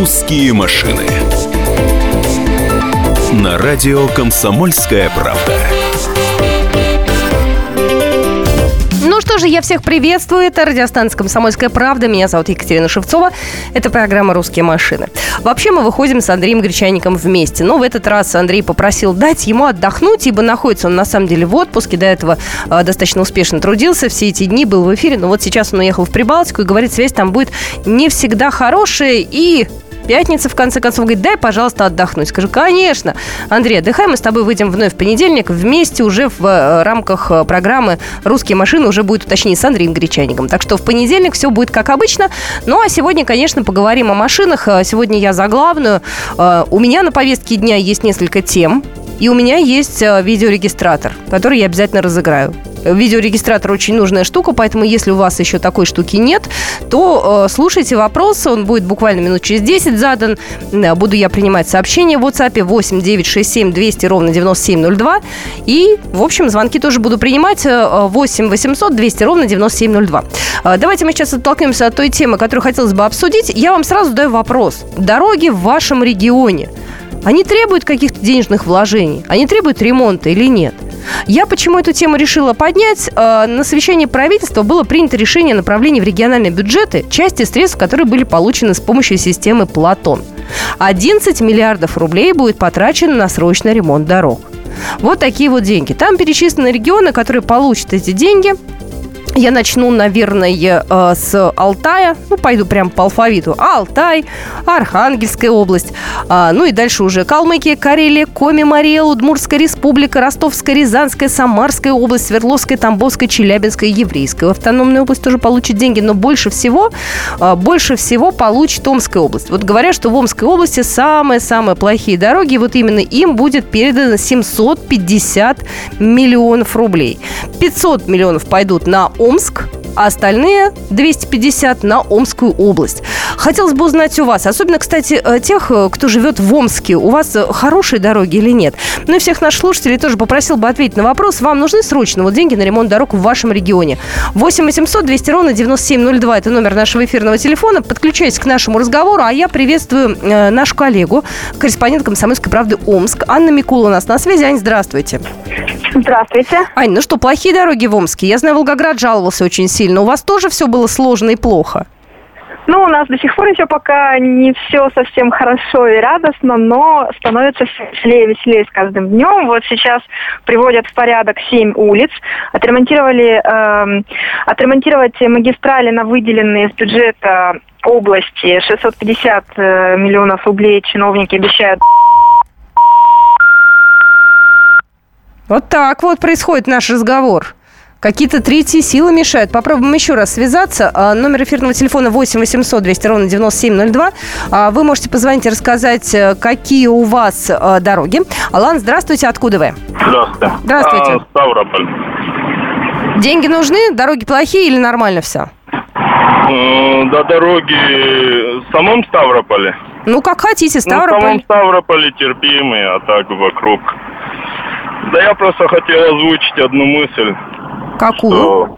«Русские машины» на радио «Комсомольская правда». Ну что же, я всех приветствую. Это радиостанция «Комсомольская правда». Меня зовут Екатерина Шевцова. Это программа «Русские машины». Вообще мы выходим с Андреем Гречанником вместе. Но в этот раз Андрей попросил дать ему отдохнуть, ибо находится он на самом деле в отпуске. До этого достаточно успешно трудился. Все эти дни был в эфире. Но вот сейчас он уехал в Прибалтику и говорит, связь там будет не всегда хорошая. И пятница, в конце концов, говорит, дай, пожалуйста, отдохнуть. Скажу, конечно. Андрей, отдыхай, мы с тобой выйдем вновь в понедельник. Вместе уже в рамках программы «Русские машины» уже будет уточнение с Андреем Гречанником. Так что в понедельник все будет как обычно. Ну, а сегодня, конечно, поговорим о машинах. Сегодня я за главную. У меня на повестке дня есть несколько тем. И у меня есть видеорегистратор, который я обязательно разыграю. Видеорегистратор очень нужная штука, поэтому если у вас еще такой штуки нет, то слушайте вопрос, он будет буквально минут через 10 задан. Буду я принимать сообщения в WhatsApp 8 967 200 ровно 9702. И, в общем, звонки тоже буду принимать 8 800 200 ровно 9702. Давайте мы сейчас оттолкнемся от той темы, которую хотелось бы обсудить. Я вам сразу задаю вопрос. Дороги в вашем регионе, они требуют каких-то денежных вложений? Они требуют ремонта или нет? Я почему эту тему решила поднять? На совещании правительства было принято решение о направлении в региональные бюджеты части средств, которые были получены с помощью системы «Платон». 11 миллиардов рублей будет потрачено на срочный ремонт дорог. Вот такие вот деньги. Там перечислены регионы, которые получат эти деньги. Я начну, наверное, с Алтая. Ну, пойду прямо по алфавиту. Алтай, Архангельская область. Ну и дальше уже Калмыкия, Карелия, Коми, Мария, Удмуртская республика, Ростовская, Рязанская, Самарская область, Свердловская, Тамбовская, Челябинская, Еврейская. Автономная область тоже получит деньги, но больше всего получит Омская область. Вот говорят, что в Омской области самые-самые плохие дороги. Вот именно им будет передано 750 миллионов рублей. 500 миллионов пойдут на Омск, а остальные 250 на Омскую область. Хотелось бы узнать у вас, особенно, кстати, тех, кто живет в Омске, у вас хорошие дороги или нет? Ну и всех наших слушателей тоже попросил бы ответить на вопрос. Вам нужны срочно вот деньги на ремонт дорог в вашем регионе? 8 800 200 ровно 9702 – это номер нашего эфирного телефона. Подключайтесь к нашему разговору, а я приветствую нашу коллегу, корреспондент «Комсомольской правды» Омск. Анна Микула у нас на связи. Ань, здравствуйте. Здравствуйте. Ань, ну что, плохие дороги в Омске? Я знаю, Волгоград жаловался очень сильно. У вас тоже все было сложно и плохо? Ну, у нас до сих пор еще пока не все совсем хорошо и радостно, но становится все веселее с каждым днем. Вот сейчас приводят в порядок 7 улиц. Отремонтировать магистрали на выделенные из бюджета области 650 миллионов рублей чиновники обещают. Вот так вот происходит наш разговор. Какие-то третьи силы мешают. Попробуем еще раз связаться. Номер эфирного телефона 8 800 200 ровно 9702. Вы можете позвонить и рассказать, какие у вас дороги. Алан, здравствуйте. Откуда вы? Здравствуйте. Здравствуйте. Ставрополь. Деньги нужны? Дороги плохие или нормально все? До дороги в самом Ставрополе? Ну, как хотите. Ставрополь. В самом Ставрополе терпимые, а так вокруг. Да я просто хотел озвучить одну мысль. Какую?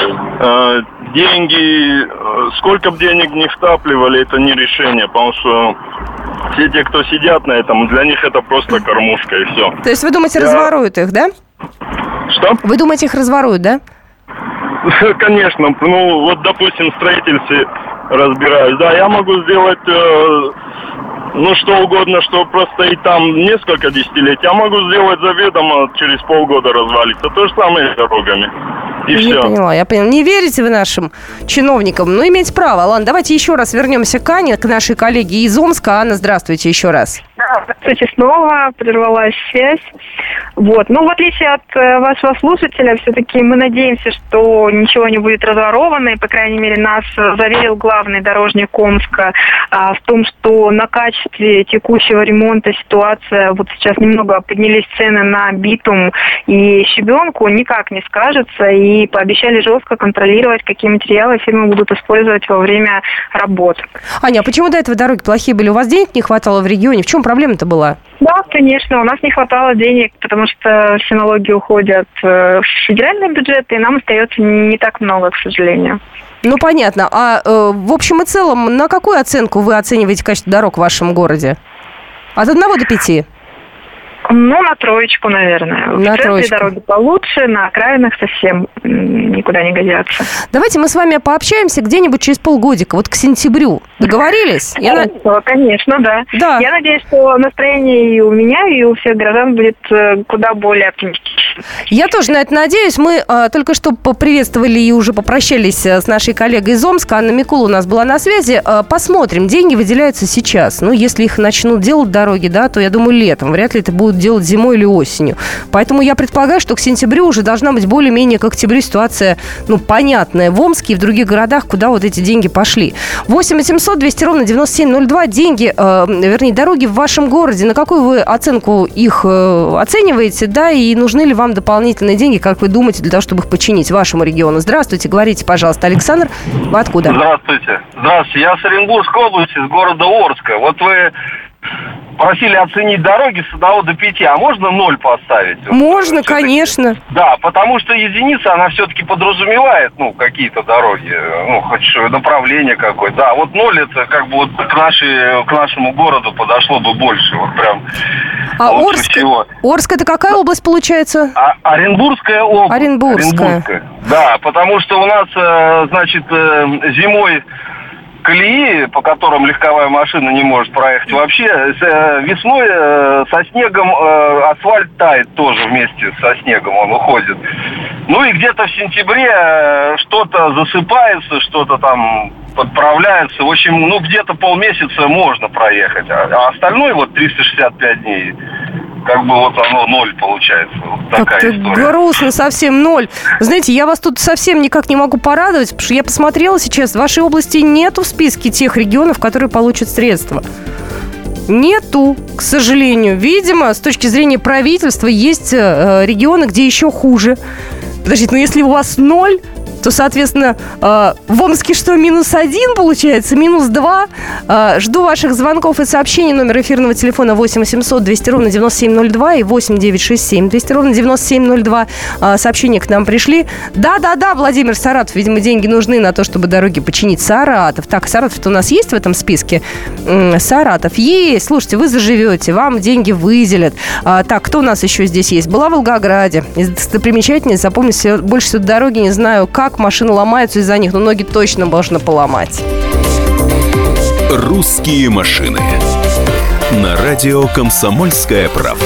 Деньги, сколько бы денег не втапливали, это не решение, потому что все те, кто сидят на этом, для них это просто кормушка и все. То есть вы думаете, разворуют их, да? Что? Вы думаете, их разворуют, да? Конечно. Ну, вот, допустим, в строительстве разбираюсь. Да, я могу сделать... что угодно, что простоит там несколько десятилетий, я могу сделать заведомо через полгода развалиться. То же самое с дорогами. И все. Я поняла. Не верите вы нашим чиновникам? Ну, имеете право. Ладно, давайте еще раз вернемся к Ане, к нашей коллеге из Омска. Анна, здравствуйте еще раз. Да, здравствуйте снова. Прервалась связь. Вот. Ну, в отличие от вашего слушателя, все-таки мы надеемся, что ничего не будет разворовано. И, по крайней мере, нас заверил главный дорожник Омска в том, что на качестве текущего ремонта ситуация, вот сейчас немного поднялись цены на битум и щебенку, никак не скажется. И пообещали жестко контролировать, какие материалы фирмы будут использовать во время работ. Аня, а почему до этого дороги плохие были? У вас денег не хватало в регионе? В чем проблема-то была? Да, конечно, у нас не хватало денег, потому что все налоги уходят в федеральный бюджет, и нам остается не так много, к сожалению. Ну, понятно. А в общем и целом, на какую оценку вы оцениваете качество дорог в вашем городе? От 1 до 5? Ну, на 3, наверное. На в 3. центре дороги получше, на окраинах совсем никуда не годятся. Давайте мы с вами пообщаемся где-нибудь через полгодика, вот к сентябрю. Договорились? Конечно, да. Я надеюсь, что настроение и у меня, и у всех горожан будет куда более оптимистичным. Я тоже на это надеюсь. Мы только что поприветствовали и уже попрощались с нашей коллегой из Омска. Анна Микула у нас была на связи. Посмотрим. Деньги выделяются сейчас. Ну, если их начнут делать дороги, да, то, я думаю, летом. Вряд ли это будут делать зимой или осенью. Поэтому я предполагаю, что к сентябрю уже должна быть более-менее к октябрю ситуация, ну, понятная в Омске и в других городах, куда вот эти деньги пошли. 8 800 200 ровно 9702. Деньги, вернее, дороги в вашем городе. На какую вы оценку их оцениваете, да, и нужны ли вам дополнительные деньги, как вы думаете, для того, чтобы их починить вашему региону? Здравствуйте, говорите, пожалуйста, Александр, вы откуда? Здравствуйте. Я с Оренбургской области, с города Орска. Вот вы просили оценить дороги с 1 до 5, а можно 0 поставить? Можно, вот, конечно. Да, потому что единица, она все-таки подразумевает, ну, какие-то дороги, ну, хоть направление какое-то. Да, вот 0 это как бы вот к нашему городу подошло бы больше, вот прям. А Орск это какая область получается? Оренбургская область. Оренбургская. Да, потому что у нас, значит, зимой колеи, по которым легковая машина не может проехать вообще, весной со снегом асфальт тает тоже вместе со снегом, он уходит. Ну и где-то в сентябре что-то засыпается, что-то там подправляется. В общем, ну где-то полмесяца можно проехать, а остальное вот 365 дней. Как бы вот оно 0 получается. Вот такая история. Грустно совсем 0. Знаете, я вас тут совсем никак не могу порадовать, потому что я посмотрела сейчас, в вашей области нету в списке тех регионов, которые получат средства. Нету, к сожалению. Видимо, с точки зрения правительства есть регионы, где еще хуже. Подождите, но если у вас 0, то, соответственно, в Омске что, -1 получается, -2. Жду ваших звонков и сообщений. Номер эфирного телефона 8 800 200 ровно 9702 и 8 967 200 ровно 9702. Сообщения к нам пришли. Да, Владимир, Саратов. Видимо, деньги нужны на то, чтобы дороги починить. Саратов. Так, Саратов-то у нас есть в этом списке? Саратов есть. Слушайте, вы заживете, вам деньги выделят. Так, кто у нас еще здесь есть? Была в Волгограде. Достопримечательность. Запомните, больше всего дороги не знаю, как машины ломаются из-за них, но ноги точно можно поломать. «Русские машины» на радио «Комсомольская правда».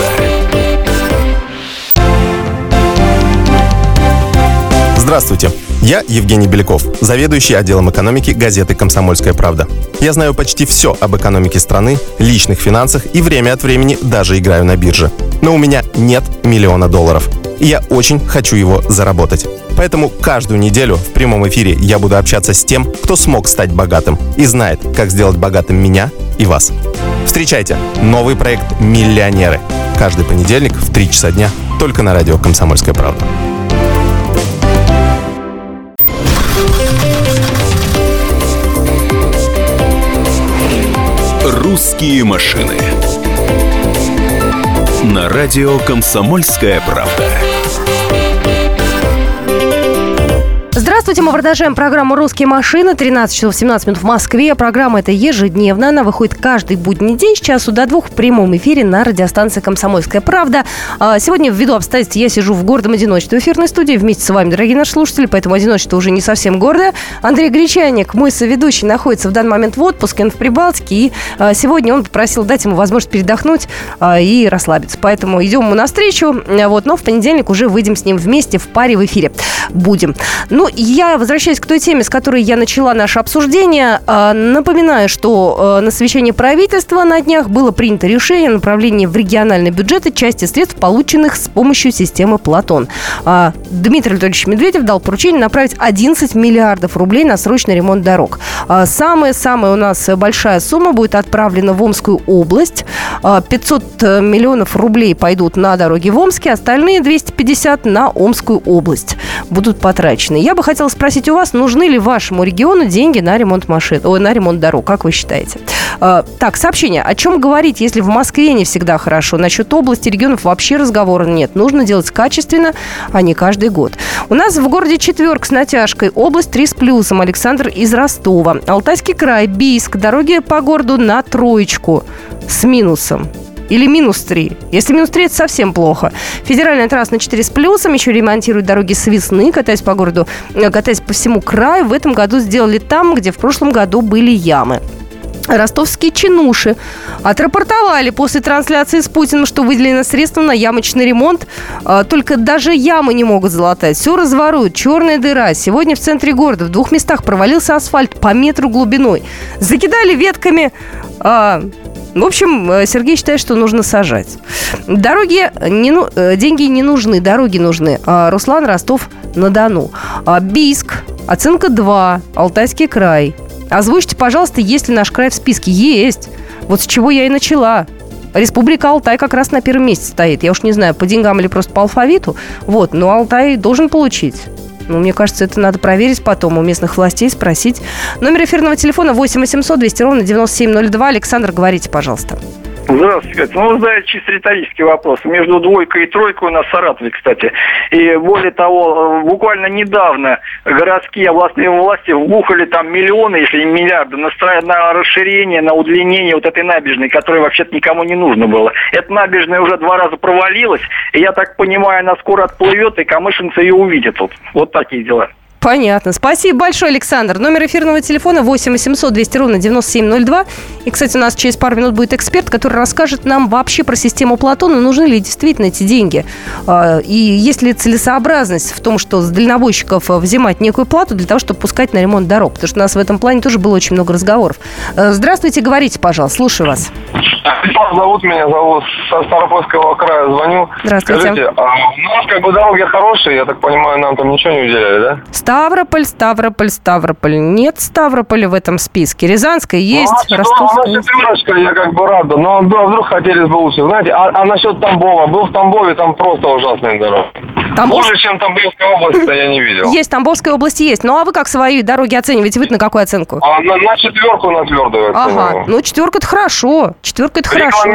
Здравствуйте, я Евгений Беляков, заведующий отделом экономики газеты «Комсомольская правда». Я знаю почти все об экономике страны, личных финансах и время от времени даже играю на бирже. Но у меня нет $1 миллиона. И я очень хочу его заработать. Поэтому каждую неделю в прямом эфире я буду общаться с тем, кто смог стать богатым и знает, как сделать богатым меня и вас. Встречайте новый проект «Миллионеры». Каждый понедельник в 3 часа дня только на радио «Комсомольская правда». «Русские машины» на радио «Комсомольская правда». Здравствуйте, мы продолжаем программу «Русские машины». 13 часов 17 минут в Москве. Программа эта ежедневная. Она выходит каждый будний день с часу до 2 в прямом эфире на радиостанции «Комсомольская правда». Сегодня, ввиду обстоятельств, я сижу в гордом одиночестве в эфирной студии вместе с вами, дорогие наши слушатели, поэтому одиночество уже не совсем гордое. Андрей Гречаник, мой соведущий, находится в данный момент в отпуске, он в Прибалтике, и сегодня он попросил дать ему возможность передохнуть и расслабиться. Поэтому идем ему навстречу, но в понедельник уже выйдем с ним вместе в паре в эфире. Будем. Ну, я возвращаюсь к той теме, с которой я начала наше обсуждение. Напоминаю, что на совещании правительства на днях было принято решение о направлении в региональные бюджеты части средств, полученных с помощью системы Платон. Дмитрий Анатольевич Медведев дал поручение направить 11 миллиардов рублей на срочный ремонт дорог. Самая-самая у нас большая сумма будет отправлена в Омскую область. 500 миллионов рублей пойдут на дороги в Омске, остальные 250 на Омскую область будут потрачены. Я бы хотела спросить у вас, нужны ли вашему региону деньги на ремонт машин, на ремонт дорог, как вы считаете? Так, сообщение. О чем говорить, если в Москве не всегда хорошо? Насчет области, регионов вообще разговора нет. Нужно делать качественно, а не каждый год. У нас в городе Четверг с натяжкой. Область 3 с плюсом. Александр из Ростова. Алтайский край, Бийск. Дороги по городу на 3 с минусом. Или -3. Если -3, это совсем плохо. Федеральная трасса на 4 с плюсом. Еще ремонтируют дороги с весны. Катаясь по городу, катаясь по всему краю. В этом году сделали там, где в прошлом году были ямы. Ростовские чинуши отрапортовали после трансляции с Путиным, что выделено средства на ямочный ремонт. Только даже ямы не могут залатать. Все разворуют. Черная дыра. Сегодня в центре города в 2 местах провалился асфальт по метру глубиной. Закидали ветками. В общем, Сергей считает, что нужно сажать. Деньги не нужны, дороги нужны. Руслан, Ростов-на-Дону. Бийск, оценка 2, Алтайский край. Озвучьте, пожалуйста, есть ли наш край в списке. Есть. Вот с чего я и начала. Республика Алтай как раз на первом месте стоит. Я уж не знаю, по деньгам или просто по алфавиту. Но Алтай должен получить. Мне кажется, это надо проверить потом у местных властей, спросить. Номер эфирного телефона 8 800 200 ровно 9702. Александр, говорите, пожалуйста. Здравствуйте, Катя. Вы знаете, чисто риторический вопрос. Между 2 и 3 у нас в Саратове, кстати. И более того, буквально недавно городские областные власти вбухали там миллионы, если не миллиарды, на расширение, на удлинение вот этой набережной, которая вообще-то никому не нужно было. Эта набережная уже 2 раза провалилась, и я так понимаю, она скоро отплывет, и камышинцы ее увидят. Вот такие дела. Понятно. Спасибо большое, Александр. Номер эфирного телефона 8 800 200 ровно 9702. И, кстати, у нас через пару минут будет эксперт, который расскажет нам вообще про систему Платона, нужны ли действительно эти деньги. И есть ли целесообразность в том, что с дальнобойщиков взимать некую плату для того, чтобы пускать на ремонт дорог. Потому что у нас в этом плане тоже было очень много разговоров. Здравствуйте, говорите, пожалуйста. Слушаю вас. Меня зовут со Ставропольского края, звоню. Здравствуйте. Скажите, у нас дороги хорошие, я так понимаю, нам там ничего не уделяли, да? Ставрополь. Нет Ставрополя в этом списке. Рязанская есть, Ростовская есть. Я рад, но вдруг хотели бы лучше. Знаете, а насчет Тамбова? Был в Тамбове, там просто ужасные дороги. Хуже, чем Тамбовская область, я не видел. Есть, Тамбовская область есть. Ну, а вы как свои дороги оцениваете? Вы на какую оценку? На 4 на твердую. Ага, 4 это хорошо. 4 это хорошо.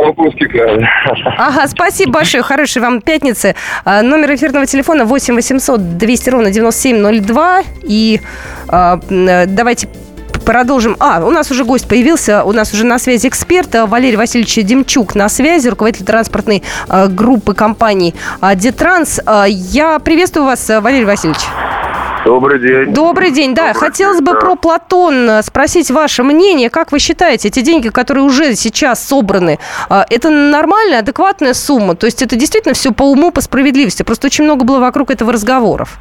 Ага, спасибо большое. Хорошей вам пятницы. Номер эфирного телефона 8 800 200 ровно 9702. И давайте продолжим. У нас уже гость появился. У нас уже на связи эксперт Валерий Васильевич Демчук на связи, руководитель транспортной группы компаний «Детранс». Я приветствую вас, Валерий Васильевич. Добрый день. Добрый день, да. Хотелось бы про Платон спросить ваше мнение. Как вы считаете, эти деньги, которые уже сейчас собраны, это нормальная, адекватная сумма? То есть это действительно все по уму, по справедливости? Просто очень много было вокруг этого разговоров.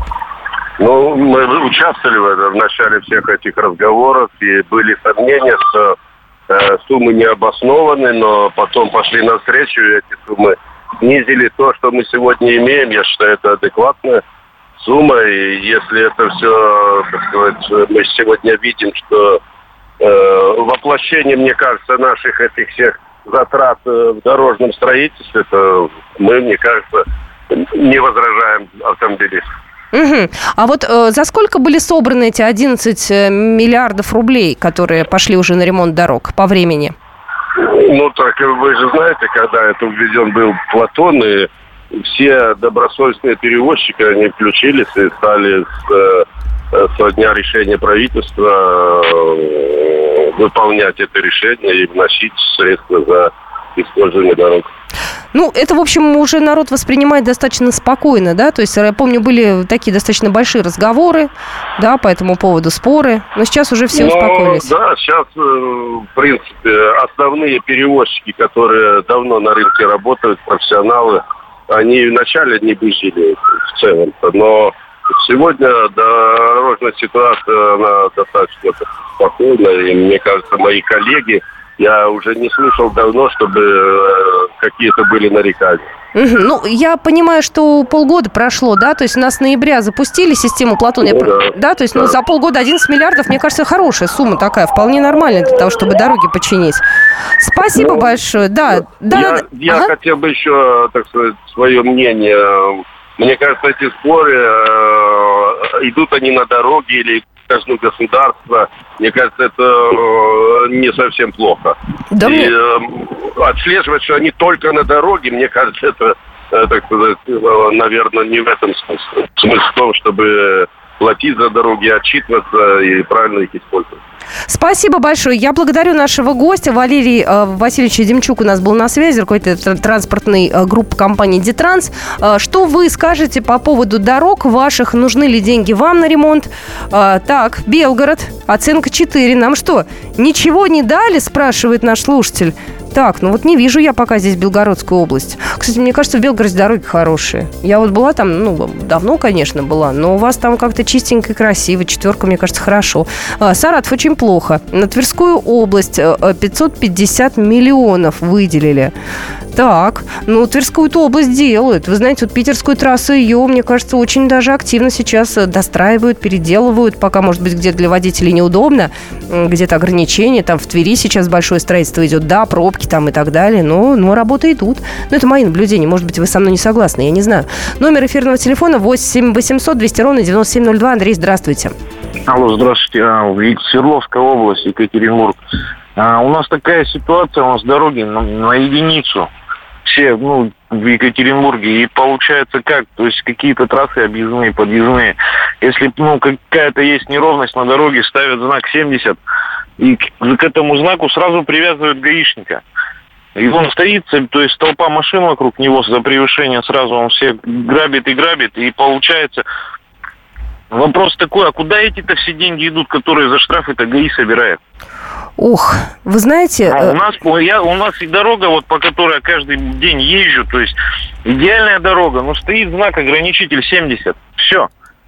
Мы участвовали в начале всех этих разговоров, и были сомнения, что суммы не обоснованы, но потом пошли навстречу, и эти суммы снизили то, что мы сегодня имеем. Я считаю, это адекватная сумма, и если это все, так сказать, мы сегодня видим, что воплощение, мне кажется, наших этих всех затрат в дорожном строительстве, то мы, мне кажется, не возражаем автомобилистам. Угу. А вот за сколько были собраны эти 11 миллиардов рублей, которые пошли уже на ремонт дорог по времени? Так вы же знаете, когда это введен был Платон, и все добросовестные перевозчики, они включились и стали со дня решения правительства выполнять это решение и вносить средства за использование дорог. Это, в общем, уже народ воспринимает достаточно спокойно, да? То есть, я помню, были такие достаточно большие разговоры, да, по этому поводу, споры, но сейчас уже все успокоились. Да, сейчас, в принципе, основные перевозчики, которые давно на рынке работают, профессионалы, они вначале не бузили в целом, но сегодня дорожная ситуация, она достаточно спокойная, и, мне кажется, мои коллеги, я уже не слышал давно, чтобы какие-то были нарекания. Ну, я понимаю, что полгода прошло, да? То есть у нас с ноября запустили систему Платон. Да, то есть за полгода 11 миллиардов, мне кажется, хорошая сумма такая, вполне нормальная для того, чтобы дороги починить. Спасибо большое. Да. Я хотел бы еще, так сказать, свое мнение. Мне кажется, эти споры, идут они на дороге или казну государства, мне кажется, это не совсем плохо. Да, отслеживать, что они только на дороге, мне кажется, это, так сказать, наверное, не в этом смысле. Смысл в том, чтобы платить за дороги, отчитываться и правильно их использовать. Спасибо большое. Я благодарю нашего гостя. Валерий Васильевич Демчук у нас был на связи, руководитель транспортной группы компании «Детранс». Что вы скажете по поводу дорог ваших? Нужны ли деньги вам на ремонт? Так, Белгород, оценка 4. Нам что, ничего не дали, спрашивает наш слушатель? Так, ну вот не вижу я пока здесь Белгородскую область. Кстати, мне кажется, в Белгороде дороги хорошие. Я вот была там, давно, конечно, была, но у вас там как-то чистенько и красиво. 4, мне кажется, хорошо. Саратов очень плохо. На Тверскую область 550 миллионов выделили. Так, Тверскую-то область делают. Вы знаете, вот питерскую трассу, ее, мне кажется, очень даже активно сейчас достраивают, переделывают, пока, может быть, где-то для водителей неудобно, где-то ограничения. Там в Твери сейчас большое строительство идет, да, пробки там и так далее, но работы идут. Это мои наблюдения, может быть, вы со мной не согласны, я не знаю. Номер эфирного телефона 8 800 200 ровно 9702. Андрей, здравствуйте. Алло, здравствуйте. Свердловская область, Екатеринбург. У нас такая ситуация, у нас дороги на единицу. Все, в Екатеринбурге. И получается как? То есть какие-то трассы объездные, подъездные. Если, какая-то есть неровность на дороге, ставят знак 70, и к этому знаку сразу привязывают гаишника. И он стоит, то есть толпа машин вокруг него за превышение сразу, он все грабит, и получается... Вопрос такой, а куда эти-то все деньги идут, которые за штрафы-то ГАИ собирает? Ох, вы знаете... У нас и дорога, вот по которой я каждый день езжу, то есть идеальная дорога, но стоит знак ограничитель 70. Все.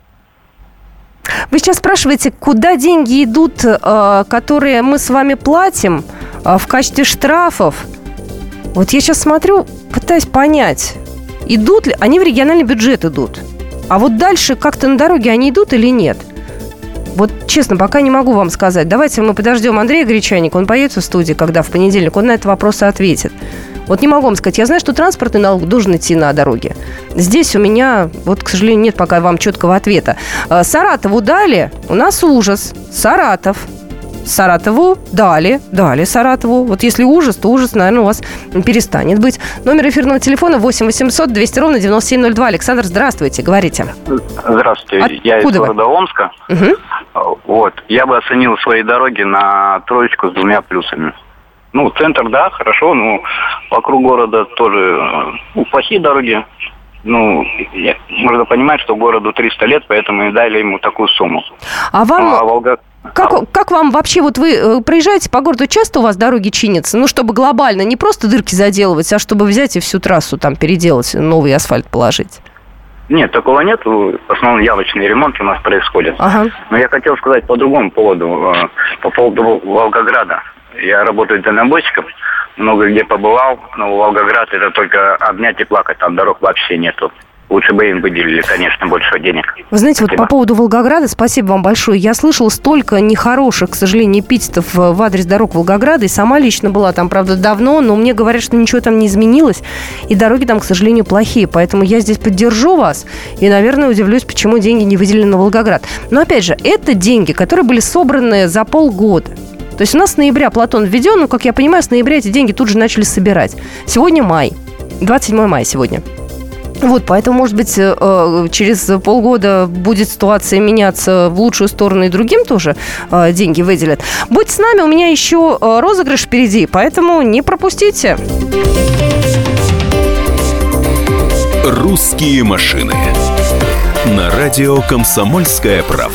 Вы сейчас спрашиваете, куда деньги идут, которые мы с вами платим в качестве штрафов? Вот я сейчас смотрю, пытаюсь понять, идут ли... Они в региональный бюджет идут. А вот дальше как-то на дороге они идут или нет? Вот честно, пока не могу вам сказать. Давайте мы подождем Андрея Гречаника. Он поедет в студию, когда в понедельник, он на этот вопрос ответит. Вот не могу вам сказать. Я знаю, что транспортный налог должен идти на дороге. Здесь у меня, к сожалению, нет пока вам четкого ответа. Саратову дали? У нас ужас. Саратову дали Саратову. Вот если ужас, то ужас, наверное, у вас перестанет быть. Номер эфирного телефона 8 800 200 ровно 9702. Александр, здравствуйте, говорите. Здравствуйте, я из города Омска. Угу. Я бы оценил свои дороги на 3 с 2 плюсами. Центр, да, хорошо, но вокруг города тоже плохие дороги. Можно понимать, что городу 300 лет, поэтому и дали ему такую сумму. А вам... Как вам вообще, вот вы проезжаете по городу, часто у вас дороги чинятся? Чтобы глобально, не просто дырки заделывать, а чтобы взять и всю трассу там переделать, новый асфальт положить? Нет, такого нет. В основном явочный ремонт у нас происходит. Ага. Но я хотел сказать по другому поводу. По поводу Волгограда. Я работаю дальнобойщиком, много где побывал, но Волгоград это только обнять и плакать, там дорог вообще нету. Лучше бы им выделили, конечно, больше денег. Вы знаете, вот по поводу Волгограда, спасибо вам большое. Я слышала столько нехороших, к сожалению, эпитетов в адрес дорог Волгограда. И сама лично была там, правда, давно, но мне говорят, что ничего там не изменилось. И дороги там, к сожалению, плохие. Поэтому я здесь поддержу вас. И, наверное, удивлюсь, почему деньги не выделены на Волгоград. Но, опять же, это деньги, которые были собраны за полгода. То есть у нас с ноября Платон введен, но, как я понимаю, с ноября эти деньги тут же начали собирать. Сегодня май. 27 мая сегодня. Поэтому, может быть, через полгода будет ситуация меняться в лучшую сторону, и другим тоже деньги выделят. Будьте с нами, у меня еще розыгрыш впереди, поэтому не пропустите. «Русские машины» на радио «Комсомольская правда».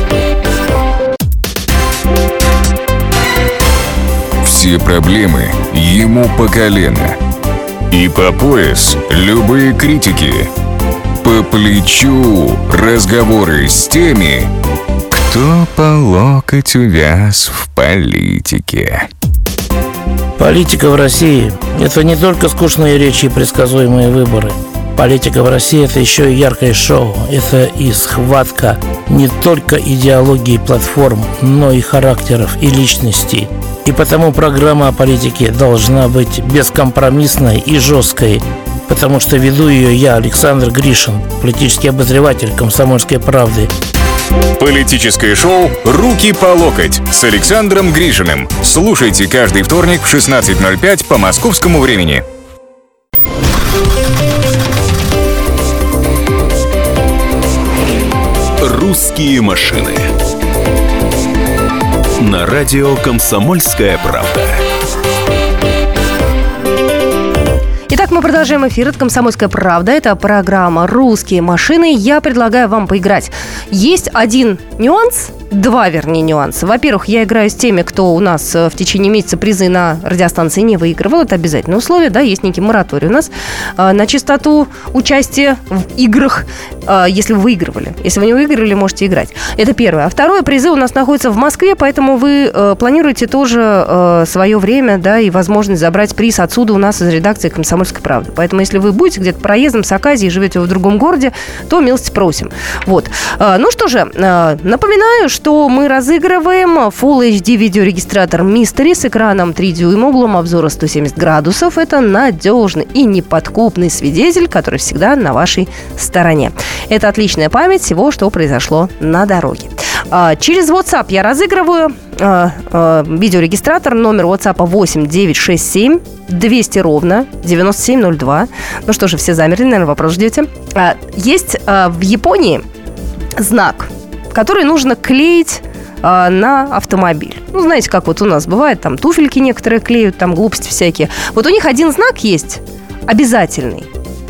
Все проблемы ему по колено. И по пояс любые критики. По плечу разговоры с теми, кто по локоть увяз в политике. Политика в России – это не только скучные речи и предсказуемые выборы. Политика в России – это еще и яркое шоу. Это и схватка не только идеологии платформ, но и характеров и личностей. И потому программа о политике должна быть бескомпромиссной и жесткой, потому что веду ее я, Александр Гришин, политический обозреватель «Комсомольской правды». Политическое шоу «Руки по локоть» с Александром Гришиным. Слушайте каждый вторник в 16:05 по московскому времени. «Русские машины» на радио «Комсомольская правда». Итак, мы продолжаем эфир. Это «Комсомольская правда». Это программа «Русские машины». Я предлагаю вам поиграть. Есть один нюанс, два, вернее, нюанса. Во-первых, я играю с теми, кто у нас в течение месяца призы на радиостанции не выигрывал. Это обязательное условие, да, есть некий мораторий у нас на частоту участия в играх, если вы выигрывали. Если вы не выиграли, можете играть. Это первое. А второе, призы у нас находятся в Москве, поэтому вы планируете тоже свое время, да, и возможность забрать приз отсюда у нас из редакции «Комсомольской правды». Поэтому, если вы будете где-то проездом с Аказией, живете в другом городе, то милости просим. Вот. Ну что же, напоминаю, что мы разыгрываем Full HD видеорегистратор Mystery с экраном 3 дюйма, углом обзора 170 градусов. Это надежный и неподкупный свидетель, который всегда на вашей стороне. Это отличная память всего, что произошло на дороге. Через WhatsApp я разыгрываю видеорегистратор. Номер WhatsApp 8967 200 ровно 9702. Ну что же, все замерли, наверное, вопрос ждете. Есть в Японии знак, который нужно клеить на автомобиль. Ну, знаете, как вот у нас бывает, там туфельки некоторые клеют, там глупости всякие. Вот у них один знак есть, обязательный.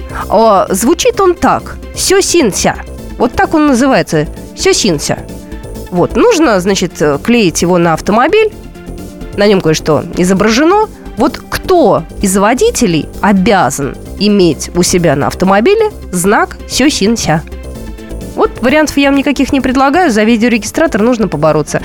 Звучит он так: сёсинся. Вот так он называется, сёсинся. Вот, нужно, значит, клеить его на автомобиль. На нем кое-что изображено. Вот кто из водителей обязан иметь у себя на автомобиле знак сёсинся? Вот вариантов я вам никаких не предлагаю. За видеорегистратор нужно побороться.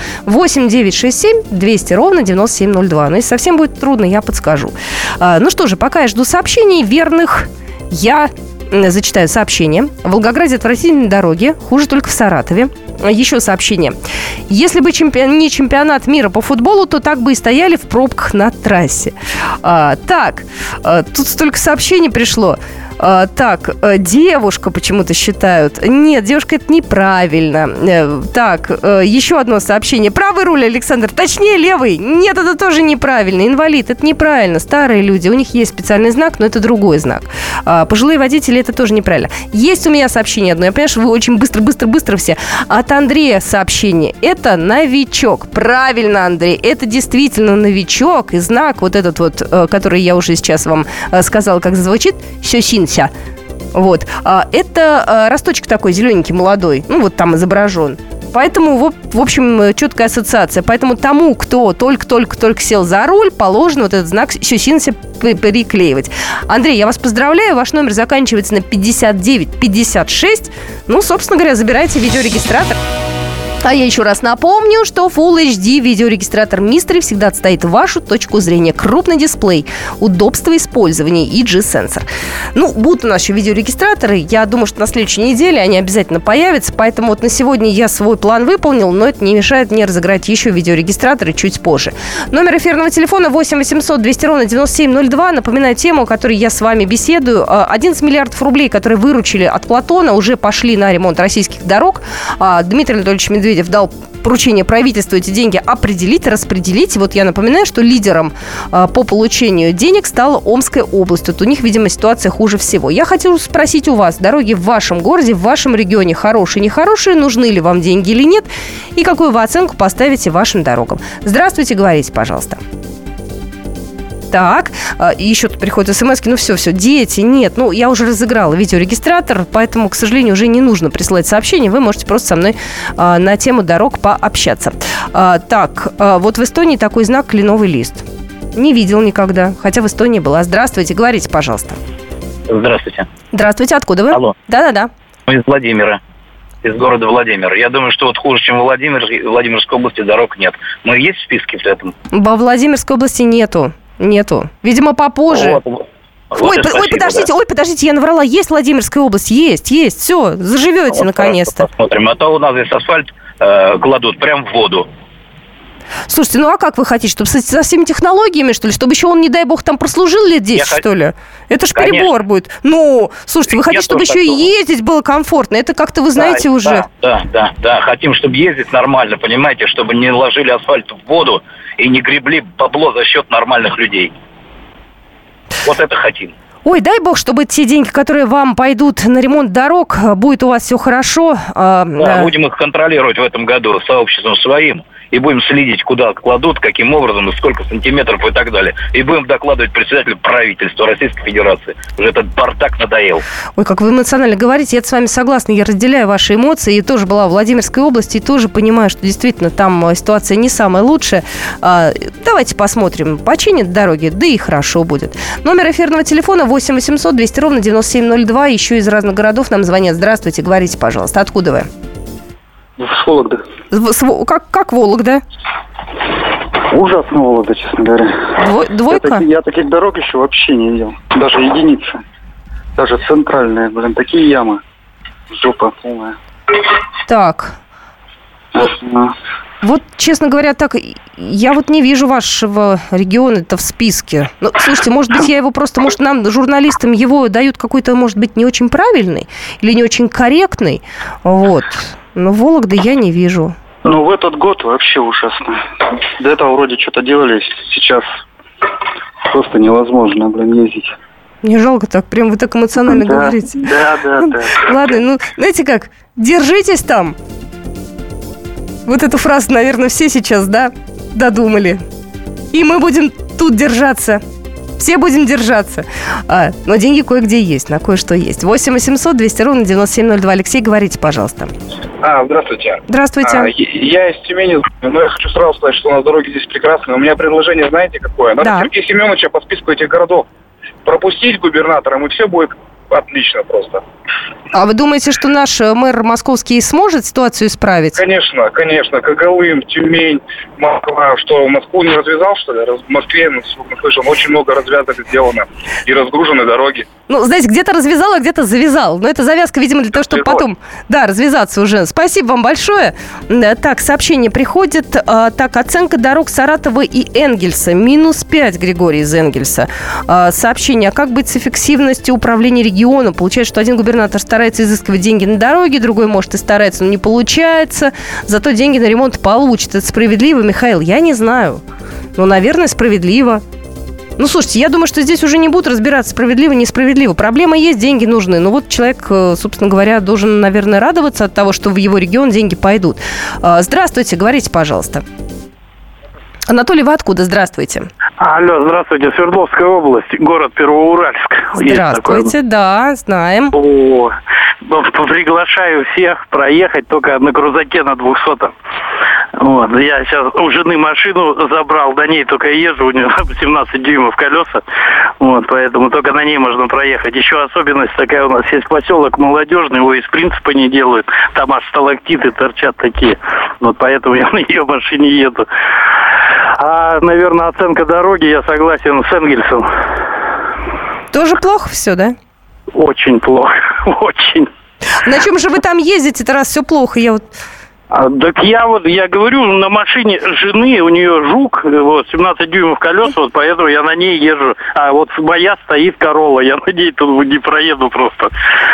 8967 200 ровно 9702. Но если совсем будет трудно, я подскажу. Ну что же, пока я жду сообщений верных, я зачитаю сообщение. В Волгограде отвратительные дороги, хуже только в Саратове. Еще сообщение. Если бы не чемпионат мира по футболу, то так бы и стояли в пробках на трассе. Так, тут столько сообщений пришло. Так, девушка почему-то считают. Нет, девушка, это неправильно. Так, еще одно сообщение. Правый руль, Александр, точнее левый. Нет, это тоже неправильно. Инвалид, это неправильно. Старые люди, у них есть специальный знак, но это другой знак. Пожилые водители, это тоже неправильно. Есть у меня сообщение одно. Я понимаю, что вы очень быстро все. От Андрея сообщение. Это новичок. Правильно, Андрей, это действительно новичок. И знак вот этот вот, который я уже сейчас вам сказала, как звучит, сёсин. Вот. Это росточек такой зелененький, молодой. Ну, вот там изображен. Поэтому, в общем, четкая ассоциация. Поэтому тому, кто только сел за руль, положено вот этот знак сёсинся переклеивать. Андрей, я вас поздравляю. Ваш номер заканчивается на 5956. Ну, собственно говоря, забирайте видеорегистратор. А я еще раз напомню, что Full HD видеорегистратор Mystery всегда отстоит вашу точку зрения. Крупный дисплей, удобство использования и G-сенсор. Ну, будут у нас еще видеорегистраторы. Я думаю, что на следующей неделе они обязательно появятся. Поэтому вот на сегодня я свой план выполнил, но это не мешает мне разыграть еще видеорегистраторы чуть позже. Номер эфирного телефона 8 800 200 ровно 9702. Напоминаю тему, о которой я с вами беседую. 11 миллиардов рублей, которые выручили от Платона, уже пошли на ремонт российских дорог. Дмитрий Анатольевич Медведев дал поручение правительству эти деньги определить, распределить. И вот я напоминаю, что лидером по получению денег стала Омская область. Вот у них, видимо, ситуация хуже всего. Я хочу спросить у вас, дороги в вашем городе, в вашем регионе хорошие, нехорошие, нужны ли вам деньги или нет, и какую вы оценку поставите вашим дорогам. Здравствуйте, говорите, пожалуйста. Так, еще тут приходят смс-ки. Ну все, дети, нет. Ну, я уже разыграла видеорегистратор, поэтому, к сожалению, уже не нужно присылать сообщения. Вы можете просто со мной на тему дорог пообщаться. Так, вот в Эстонии такой знак «Кленовый лист». Не видел никогда, хотя в Эстонии была. Здравствуйте, говорите, пожалуйста. Здравствуйте. Здравствуйте, откуда вы? Алло. Да-да-да. Из Владимира. Из города Владимир. Я думаю, что вот хуже, чем в Владимирской области, дорог нет. Но есть в списке в этом? Во Владимирской области нету. Нету. Видимо, попозже. Ой, подождите, я наврала. Есть Владимирская область? Есть. Все, заживете наконец-то. Посмотрим. А то у нас здесь асфальт кладут прям в воду. Слушайте, ну а как вы хотите, чтобы со всеми технологиями, что ли? Чтобы еще он, не дай бог, там прослужил лет 10, что ли? Это ж перебор будет. Ну, слушайте, вы хотите, чтобы еще и ездить было комфортно? Это как-то, вы знаете, уже... Да. Хотим, чтобы ездить нормально, понимаете? Чтобы не ложили асфальт в воду и не гребли бабло за счет нормальных людей. Вот это хотим. Ой, дай бог, чтобы те деньги, которые вам пойдут на ремонт дорог, будет у вас все хорошо. Да, будем их контролировать в этом году сообществом своим. И будем следить, куда кладут, каким образом, и сколько сантиметров и так далее. И будем докладывать председателю правительства Российской Федерации. Уже этот бардак надоел. Ой, как вы эмоционально говорите, я с вами согласна, я разделяю ваши эмоции. И тоже была в Владимирской области, и тоже понимаю, что действительно там ситуация не самая лучшая. Давайте посмотрим, починят дороги, да и хорошо будет. Номер эфирного телефона 8 800 200 ровно 9702. Еще из разных городов нам звонят. Здравствуйте, говорите, пожалуйста, откуда вы? С Вологды. Как Вологда? Ужасно Вологда, честно говоря. Двойка? Я таких дорог еще вообще не видел. Даже единицы. Даже центральные, такие ямы. Жопа полная. Так. Вот, честно говоря, так, я вот не вижу вашего региона-то в списке. Ну, слушайте, может быть, я его просто, может, нам, журналистам, его дают какой-то, может быть, не очень правильный или не очень корректный. Вот. Но Вологды я не вижу. Ну, в этот год вообще ужасно. До этого вроде что-то делали, сейчас просто невозможно, ездить. Мне жалко так, прям вы так эмоционально говорите. Да. Ладно, ну, знаете как, держитесь там. Вот эту фразу, наверное, все сейчас, додумали. И мы будем тут держаться. Все будем держаться. Но деньги кое-где есть, на кое-что есть. 8 800 200 ровно 9702. Алексей, говорите, пожалуйста. Здравствуйте. Здравствуйте. Я из Тюмени, но я хочу сразу сказать, что у нас дороги здесь прекрасные. У меня предложение, знаете, какое? Надо Сергея Семеновича по списку этих городов пропустить губернатором, и все будет отлично просто. А вы думаете, что наш мэр московский сможет ситуацию исправить? Конечно. Когалым, Тюмень, Москва. Что, Москву не развязал, что ли? В Москве, насколько слышал, очень много развязок сделано. И разгружены дороги. Ну, знаете, где-то развязал, а где-то завязал. Но это завязка, видимо, для того, чтобы потом... Да, развязаться уже. Спасибо вам большое. Так, сообщение приходит. Так, оценка дорог Саратова и Энгельса. -5, Григорий из Энгельса. Сообщение. А как быть с эффективностью управления регионом? Получается, что один губернатор старается изыскивать деньги на дороге, другой, может, и старается, но не получается. Зато деньги на ремонт получит. Это справедливо, Михаил? Я не знаю. Ну, наверное, справедливо. Ну, слушайте, я думаю, что здесь уже не будут разбираться, справедливо, несправедливо. Проблема есть, деньги нужны. Ну, вот человек, собственно говоря, должен, наверное, радоваться от того, что в его регион деньги пойдут. Здравствуйте, говорите, пожалуйста. Анатолий, вы откуда? Здравствуйте. Алло, здравствуйте. Свердловская область, город Первоуральск. Здравствуйте, да, знаем. Приглашаю всех проехать только на крузаке на 200-м. Вот. Я сейчас у жены машину забрал, на ней только езжу, у нее 17 дюймов колеса. Вот, поэтому только на ней можно проехать. Еще особенность такая у нас есть поселок Молодежный, его из принципа не делают. Там аж сталактиты торчат такие. Вот поэтому я на ее машине еду. А, наверное, оценка дороги, я согласен с Энгельсом. Тоже плохо все, да? Очень плохо, очень. На чем же вы там ездите-то, раз все плохо? Так я говорю, на машине жены, у нее жук, 17 дюймов колес, поэтому я на ней езжу. А вот моя стоит Королла, я на ней тут не проеду просто.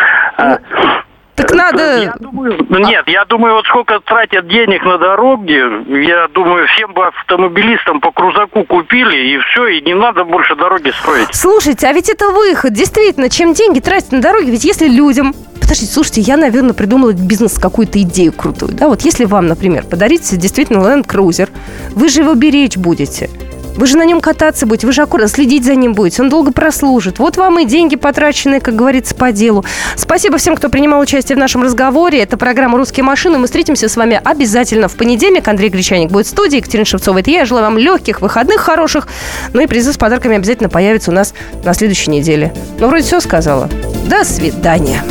Так надо... Я думаю, вот сколько тратят денег на дороги, я думаю, всем бы автомобилистам по крузаку купили, и все, и не надо больше дороги строить. Слушайте, а ведь это выход, действительно, чем деньги тратить на дороги, ведь если людям... Подождите, слушайте, я, наверное, придумала бизнес, какую-то идею крутую, да? Вот если вам, например, подарить действительно Land Cruiser, вы же его беречь будете. Вы же на нем кататься будете, вы же аккуратно следить за ним будете, он долго прослужит. Вот вам и деньги, потраченные, как говорится, по делу. Спасибо всем, кто принимал участие в нашем разговоре. Это программа «Русские машины». Мы встретимся с вами обязательно в понедельник. Андрей Гречаник будет в студии, Екатерина Шевцова. Это я желаю вам легких выходных, хороших. Ну и призы с подарками обязательно появятся у нас на следующей неделе. Ну, вроде все сказала. До свидания.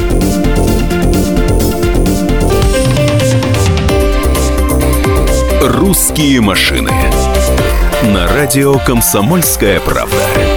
«Русские машины» На радио «Комсомольская правда».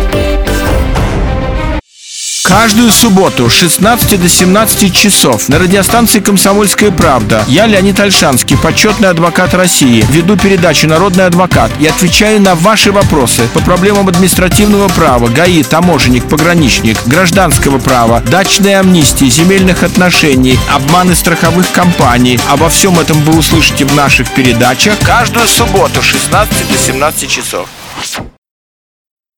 Каждую субботу с 16 до 17 часов на радиостанции «Комсомольская правда» я, Леонид Ольшанский, почетный адвокат России, веду передачу «Народный адвокат» и отвечаю на ваши вопросы по проблемам административного права, ГАИ, таможенник, пограничник, гражданского права, дачной амнистии, земельных отношений, обманы страховых компаний. Обо всем этом вы услышите в наших передачах каждую субботу с 16 до 17 часов.